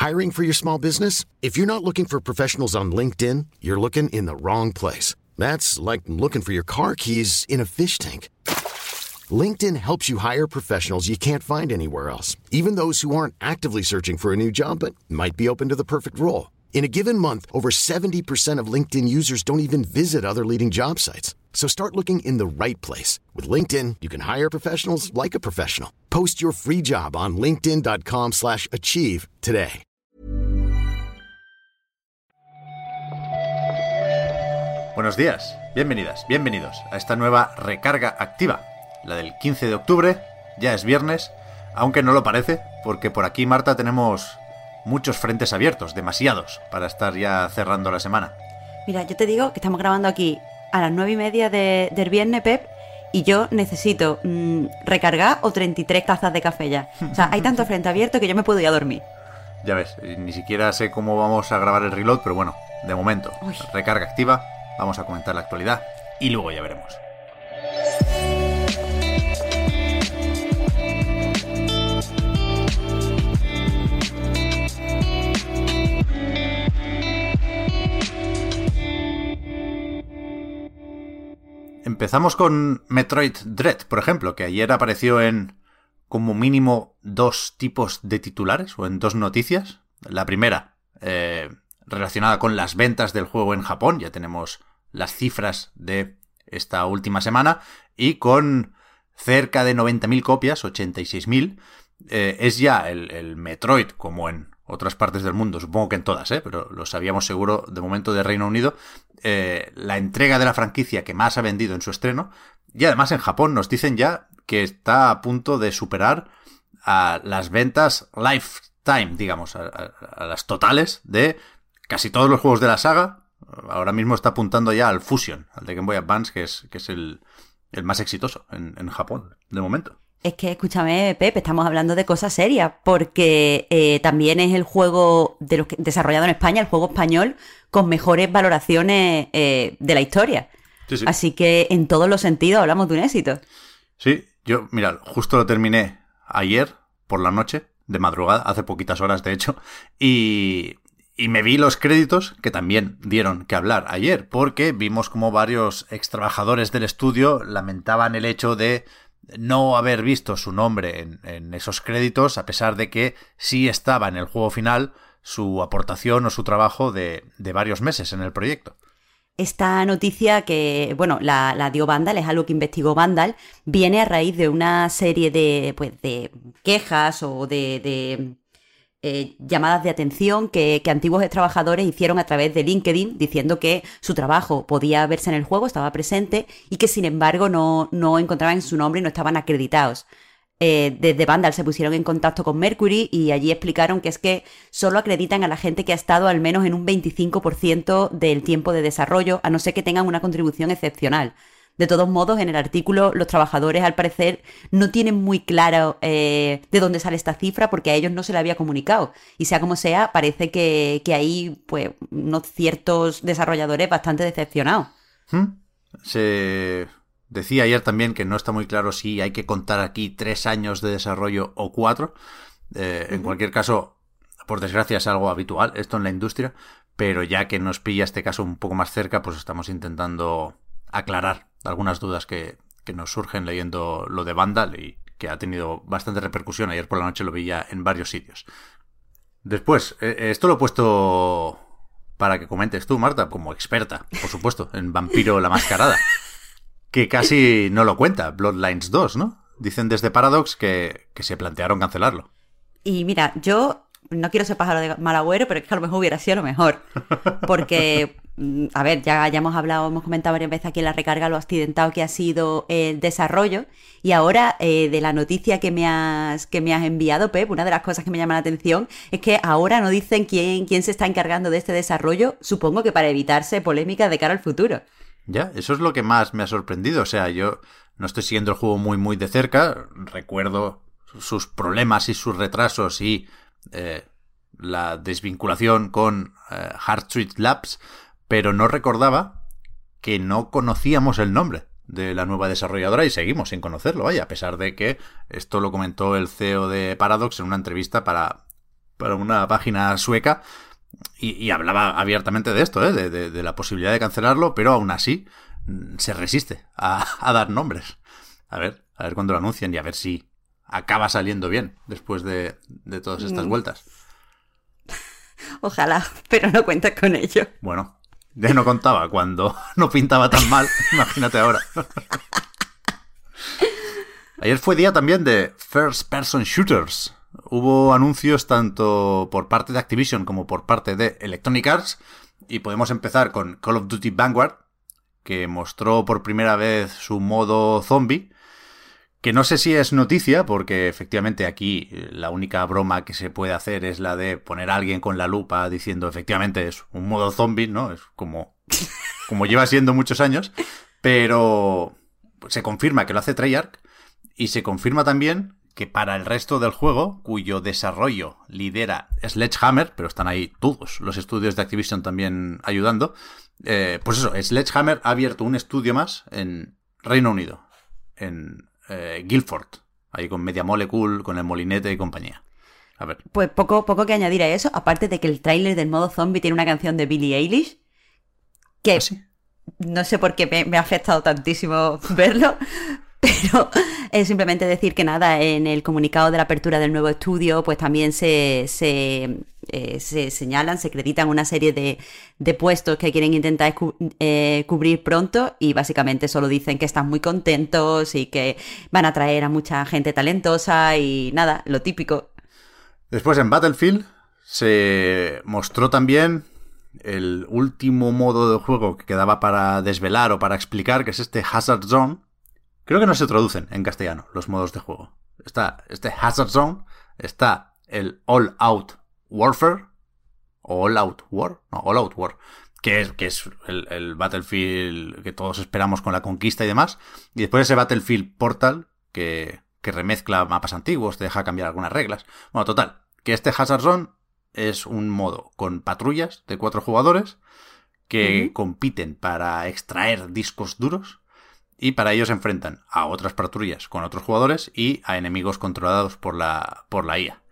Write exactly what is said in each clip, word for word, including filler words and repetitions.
Hiring for your small business? If you're not looking for professionals on LinkedIn, you're looking in the wrong place. That's like looking for your car keys in a fish tank. LinkedIn helps you hire professionals you can't find anywhere else, even those who aren't actively searching for a new job but might be open to the perfect role. In a given month, over seventy percent of LinkedIn users don't even visit other leading job sites. So start looking in the right place. With LinkedIn, you can hire professionals like a professional. Post your free job on linkedin.com slash achieve today. Buenos días, bienvenidas, bienvenidos a esta nueva recarga activa, la del quince de octubre, ya es viernes, aunque no lo parece, porque por aquí, Marta, tenemos muchos frentes abiertos, demasiados, para estar ya cerrando la semana. Mira, yo te digo que estamos grabando aquí a las nueve y media de, del viernes, Pep, y yo necesito mmm, recargar o treinta y tres tazas de café ya. O sea, hay tanto frente abierto que yo me puedo ir a dormir. Ya ves, ni siquiera sé cómo vamos a grabar el reload, pero bueno, de momento, Uy. recarga activa, vamos a comentar la actualidad y luego ya veremos. Empezamos con Metroid Dread, por ejemplo, que ayer apareció en como mínimo dos tipos de titulares o en dos noticias. La primera, eh, relacionada con las ventas del juego en Japón, ya tenemos las cifras de esta última semana, y con cerca de noventa mil copias, ochenta y seis mil, eh, es ya el, el Metroid, como en otras partes del mundo, supongo que en todas, ¿eh? Pero lo sabíamos seguro de momento de Reino Unido, eh, la entrega de la franquicia que más ha vendido en su estreno, y además en Japón nos dicen ya que está a punto de superar a las ventas lifetime, digamos, a, a, a las totales de casi todos los juegos de la saga. Ahora mismo está apuntando ya al Fusion, al de Game Boy Advance, que es, que es el, el más exitoso en, en Japón, de momento. Es que, escúchame, Pep, estamos hablando de cosas serias, porque eh, también es el juego de los que, desarrollado en España, el juego español con mejores valoraciones eh, de la historia. Sí, sí. Así que en todos los sentidos hablamos de un éxito. Sí, yo, mira, justo lo terminé ayer por la noche, de madrugada, hace poquitas horas de hecho, y... Y me vi los créditos, que también dieron que hablar ayer, porque vimos como varios extrabajadores del estudio lamentaban el hecho de no haber visto su nombre en, en esos créditos, a pesar de que sí estaba en el juego final su aportación o su trabajo de, de varios meses en el proyecto. Esta noticia que, bueno, la, la dio Vandal, es algo que investigó Vandal, viene a raíz de una serie de, pues, de quejas o de... de... Eh, llamadas de atención que, que antiguos trabajadores hicieron a través de LinkedIn diciendo que su trabajo podía verse en el juego, estaba presente y que sin embargo no, no encontraban su nombre y no estaban acreditados. Eh, desde Vandal se pusieron en contacto con Mercury y allí explicaron que es que solo acreditan a la gente que ha estado al menos en un veinticinco por ciento del tiempo de desarrollo, a no ser que tengan una contribución excepcional. De todos modos, en el artículo, los trabajadores, al parecer, no tienen muy claro eh, de dónde sale esta cifra porque a ellos no se le había comunicado. Y sea como sea, parece que, que hay pues, unos ciertos desarrolladores bastante decepcionados. ¿Mm? Se decía ayer también que no está muy claro si hay que contar aquí tres años de desarrollo o cuatro. Eh, uh-huh. En cualquier caso, por desgracia es algo habitual esto en la industria, pero ya que nos pilla este caso un poco más cerca, pues estamos intentando aclarar algunas dudas que, que nos surgen leyendo lo de Vandal y que ha tenido bastante repercusión. Ayer por la noche lo veía en varios sitios. Después, eh, esto lo he puesto para que comentes tú, Marta, como experta, por supuesto, en Vampiro la Mascarada, que casi no lo cuenta, Bloodlines dos, ¿no? Dicen desde Paradox que, que se plantearon cancelarlo. Y mira, yo no quiero ser pájaro de mal agüero, pero es que a lo mejor hubiera sido lo mejor. Porque... A ver, ya, ya hemos hablado, hemos comentado varias veces aquí en la recarga lo accidentado que ha sido el desarrollo y ahora eh, de la noticia que me has que me has enviado, Pep, una de las cosas que me llama la atención es que ahora no dicen quién, quién se está encargando de este desarrollo, supongo que para evitarse polémicas de cara al futuro. Ya, eso es lo que más me ha sorprendido, o sea, yo no estoy siguiendo el juego muy muy de cerca, recuerdo sus problemas y sus retrasos y eh, la desvinculación con eh, Hard Street Labs, pero no recordaba que no conocíamos el nombre de la nueva desarrolladora y seguimos sin conocerlo, vaya, a pesar de que esto lo comentó el C E O de Paradox en una entrevista para para una página sueca y, y hablaba abiertamente de esto, ¿eh? de, de, de la posibilidad de cancelarlo, pero aún así se resiste a, a dar nombres. A ver, a ver cuándo lo anuncian y a ver si acaba saliendo bien después de, de todas estas mm. vueltas. Ojalá, pero no cuentas con ello. Bueno, ya no contaba cuando no pintaba tan mal, imagínate ahora. Ayer fue día también de First Person Shooters. Hubo anuncios tanto por parte de Activision como por parte de Electronic Arts. Y podemos empezar con Call of Duty Vanguard, que mostró por primera vez su modo zombie. Que no sé si es noticia, porque efectivamente aquí la única broma que se puede hacer es la de poner a alguien con la lupa diciendo efectivamente es un modo zombie, ¿no? Es como, como lleva siendo muchos años. Pero se confirma que lo hace Treyarch. Y se confirma también que para el resto del juego, cuyo desarrollo lidera Sledgehammer, pero están ahí todos los estudios de Activision también ayudando, eh, pues eso, Sledgehammer ha abierto un estudio más en Reino Unido, en eh, Guildford, ahí con Media Molecule, con el Molinete y compañía. A ver. Pues poco, poco que añadir a eso, aparte de que el tráiler del modo zombie tiene una canción de Billie Eilish, que ¿Ah, sí? No sé por qué me, me ha afectado tantísimo verlo. Pero es simplemente decir que nada, en el comunicado de la apertura del nuevo estudio, pues también se, se, eh, se señalan, se acreditan una serie de, de puestos que quieren intentar cu- eh, cubrir pronto y básicamente solo dicen que están muy contentos y que van a traer a mucha gente talentosa y nada, lo típico. Después en Battlefield se mostró también el último modo de juego que quedaba para desvelar o para explicar, que es este Hazard Zone. Creo que no se traducen en castellano los modos de juego. Está este Hazard Zone, está el All Out Warfare, o All Out War, no, All Out War, que es, que es el, el Battlefield que todos esperamos con la conquista y demás. Y después ese Battlefield Portal, que, que remezcla mapas antiguos, te deja cambiar algunas reglas. Bueno, total, que este Hazard Zone es un modo con patrullas de cuatro jugadores que uh-huh. compiten para extraer discos duros. Y para ello se enfrentan a otras patrullas con otros jugadores y a enemigos controlados por la, por la I A.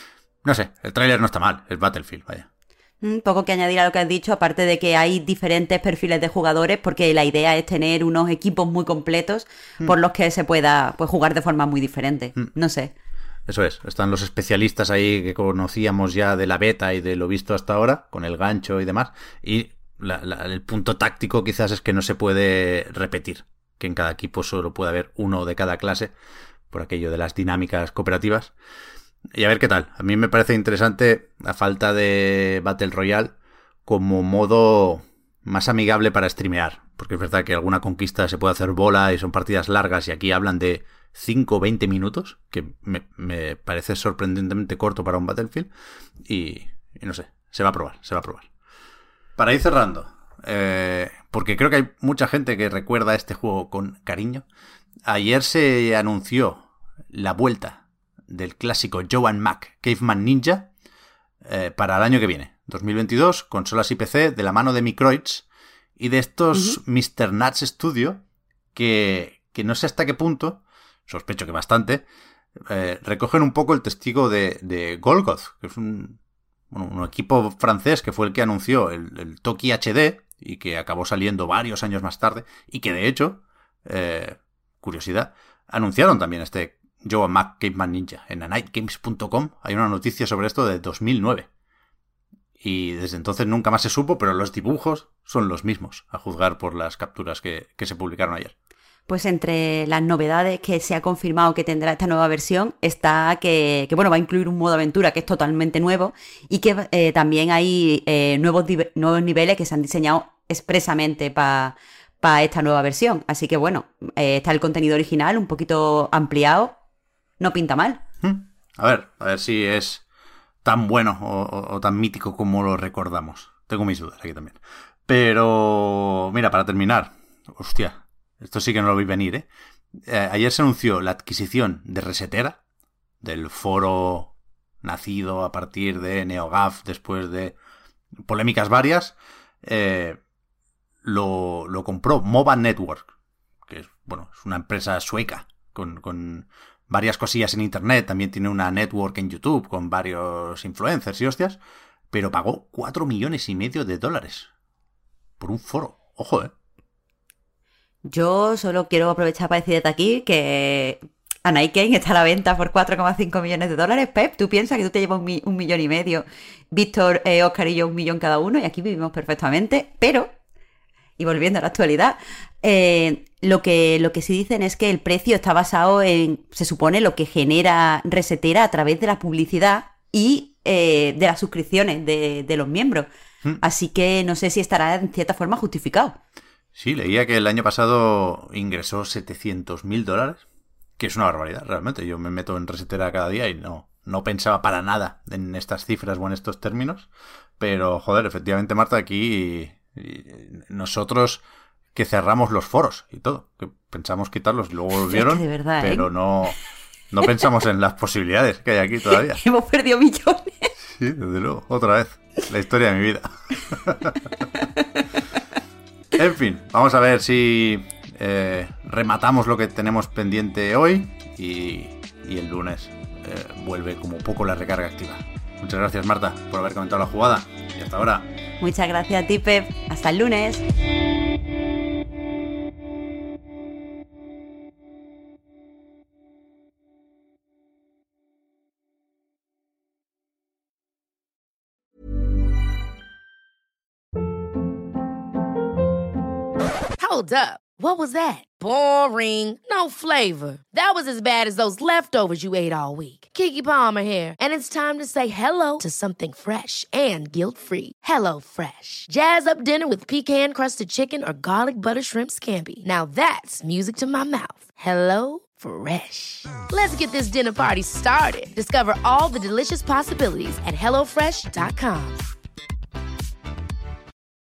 No sé, el tráiler no está mal, es Battlefield, vaya. Un poco que añadir a lo que has dicho, aparte de que hay diferentes perfiles de jugadores, porque la idea es tener unos equipos muy completos mm. por los que se pueda pues, jugar de forma muy diferente. Mm. No sé. Eso es, están los especialistas ahí que conocíamos ya de la beta y de lo visto hasta ahora, con el gancho y demás. Y la, la, el punto táctico quizás es que no se puede repetir. Que en cada equipo solo puede haber uno de cada clase, por aquello de las dinámicas cooperativas. Y a ver qué tal. A mí me parece interesante la falta de Battle Royale como modo más amigable para streamear. Porque es verdad que alguna conquista se puede hacer bola y son partidas largas y aquí hablan de cinco o veinte minutos, que me, me parece sorprendentemente corto para un Battlefield. Y, y no sé, se va a probar, se va a probar. Para ir cerrando... Eh, porque creo que hay mucha gente que recuerda este juego con cariño. Ayer se anunció la vuelta del clásico Joe and Mac Caveman Ninja eh, para el año que viene, dos mil veintidós, consolas y P C de la mano de Microids y de estos uh-huh. mister Nuts Studio que, que no sé hasta qué punto, sospecho que bastante, eh, recogen un poco el testigo de, de Golgoth, que es un, bueno, un equipo francés que fue el que anunció el, el Toki H D y que acabó saliendo varios años más tarde, y que de hecho, eh, curiosidad, anunciaron también este Joe and Mac Caveman Ninja. En a night games punto com hay una noticia sobre esto de dos mil nueve. Y desde entonces nunca más se supo, pero los dibujos son los mismos, a juzgar por las capturas que, que se publicaron ayer. Pues entre las novedades que se ha confirmado que tendrá esta nueva versión está que, que bueno, va a incluir un modo aventura que es totalmente nuevo y que eh, también hay eh, nuevos, nuevos niveles que se han diseñado expresamente para pa esta nueva versión. Así que bueno, eh, está el contenido original un poquito ampliado, no pinta mal. A ver, a ver si es tan bueno o, o, o tan mítico como lo recordamos. Tengo mis dudas aquí también. Pero mira, para terminar, hostia, esto sí que no lo vi venir, ¿eh? Eh, ayer se anunció la adquisición de Resetera, del foro nacido a partir de NeoGAF después de polémicas varias. Eh, lo, lo compró MOBA Network, que es, bueno, es una empresa sueca con, con varias cosillas en internet, también tiene una network en YouTube con varios influencers y hostias, pero pagó cuatro millones y medio de dólares por un foro. Ojo, ¿eh? Yo solo quiero aprovechar para decir desde aquí que Anai Kane está a la venta por cuatro coma cinco millones de dólares. Pep, tú piensas que tú te llevas un, mi- un millón y medio, Víctor, eh, Oscar y yo un millón cada uno, y aquí vivimos perfectamente, pero, y volviendo a la actualidad, eh, lo que, lo que sí dicen es que el precio está basado en, se supone, lo que genera Resetera a través de la publicidad y eh, de las suscripciones de, de los miembros. Hmm. Así que no sé si estará en cierta forma justificado. Sí, leía que el año pasado ingresó setecientos mil dólares, que es una barbaridad, realmente. Yo me meto en Resetera cada día y no, no pensaba para nada en estas cifras o en estos términos. Pero, joder, efectivamente, Marta, aquí y nosotros que cerramos los foros y todo, que pensamos quitarlos y luego volvieron, Es que de verdad, pero ¿eh? no, no pensamos en las posibilidades que hay aquí todavía. Hemos perdido millones. Sí, desde luego, otra vez, la historia de mi vida. En fin, vamos a ver si eh, rematamos lo que tenemos pendiente hoy y, y el lunes eh, vuelve como poco la recarga activa. Muchas gracias, Marta, por haber comentado la jugada y hasta ahora. Muchas gracias a ti, Pep. Hasta el lunes. Hold up. What was that? Boring. No flavor. That was as bad as those leftovers you ate all week. Keke Palmer here, and it's time to say hello to something fresh and guilt-free. Hello Fresh. Jazz up dinner with pecan-crusted chicken or garlic butter shrimp scampi. Now that's music to my mouth. Hello Fresh. Let's get this dinner party started. Discover all the delicious possibilities at hello fresh dot com.